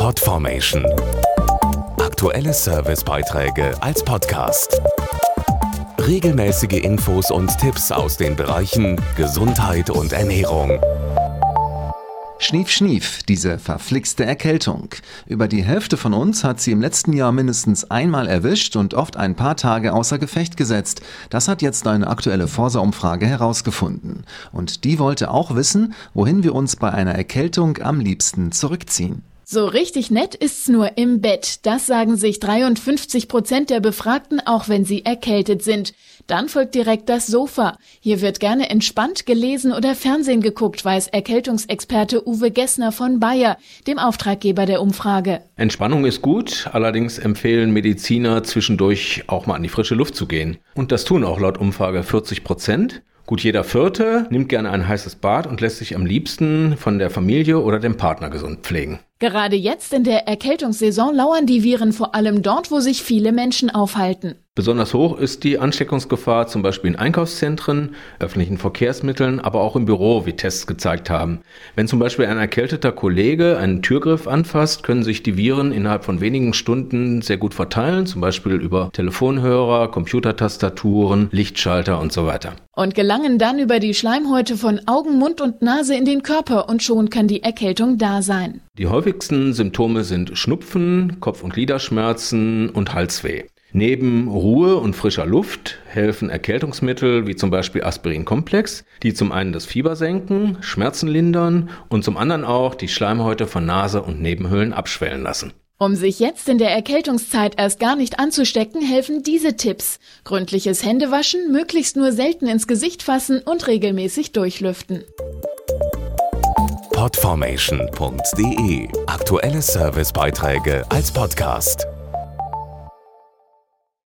Podformation. Aktuelle Servicebeiträge als Podcast. Regelmäßige Infos und Tipps aus den Bereichen Gesundheit und Ernährung. Schnief, schnief, diese verflixte Erkältung. Über die Hälfte von uns hat sie im letzten Jahr mindestens einmal erwischt und oft ein paar Tage außer Gefecht gesetzt. Das hat jetzt eine aktuelle Forsa-Umfrage herausgefunden. Und die wollte auch wissen, wohin wir uns bei einer Erkältung am liebsten zurückziehen. So richtig nett ist's nur im Bett. Das sagen sich 53% der Befragten, auch wenn sie erkältet sind. Dann folgt direkt das Sofa. Hier wird gerne entspannt gelesen oder Fernsehen geguckt, weiß Erkältungsexperte Uwe Gessner von Bayer, dem Auftraggeber der Umfrage. Entspannung ist gut, allerdings empfehlen Mediziner zwischendurch auch mal an die frische Luft zu gehen. Und das tun auch laut Umfrage 40%. Gut, jeder Vierte nimmt gerne ein heißes Bad und lässt sich am liebsten von der Familie oder dem Partner gesund pflegen. Gerade jetzt in der Erkältungssaison lauern die Viren vor allem dort, wo sich viele Menschen aufhalten. Besonders hoch ist die Ansteckungsgefahr zum Beispiel in Einkaufszentren, öffentlichen Verkehrsmitteln, aber auch im Büro, wie Tests gezeigt haben. Wenn zum Beispiel ein erkälteter Kollege einen Türgriff anfasst, können sich die Viren innerhalb von wenigen Stunden sehr gut verteilen, zum Beispiel über Telefonhörer, Computertastaturen, Lichtschalter und so weiter. Und gelangen dann über die Schleimhäute von Augen, Mund und Nase in den Körper und schon kann die Erkältung da sein. Die häufigsten Symptome sind Schnupfen, Kopf- und Gliederschmerzen und Halsweh. Neben Ruhe und frischer Luft helfen Erkältungsmittel wie zum Beispiel Aspirin-Komplex, die zum einen das Fieber senken, Schmerzen lindern und zum anderen auch die Schleimhäute von Nase und Nebenhöhlen abschwellen lassen. Um sich jetzt in der Erkältungszeit erst gar nicht anzustecken, helfen diese Tipps. Gründliches Händewaschen, möglichst nur selten ins Gesicht fassen und regelmäßig durchlüften. Podformation.de. Aktuelle Servicebeiträge als Podcast.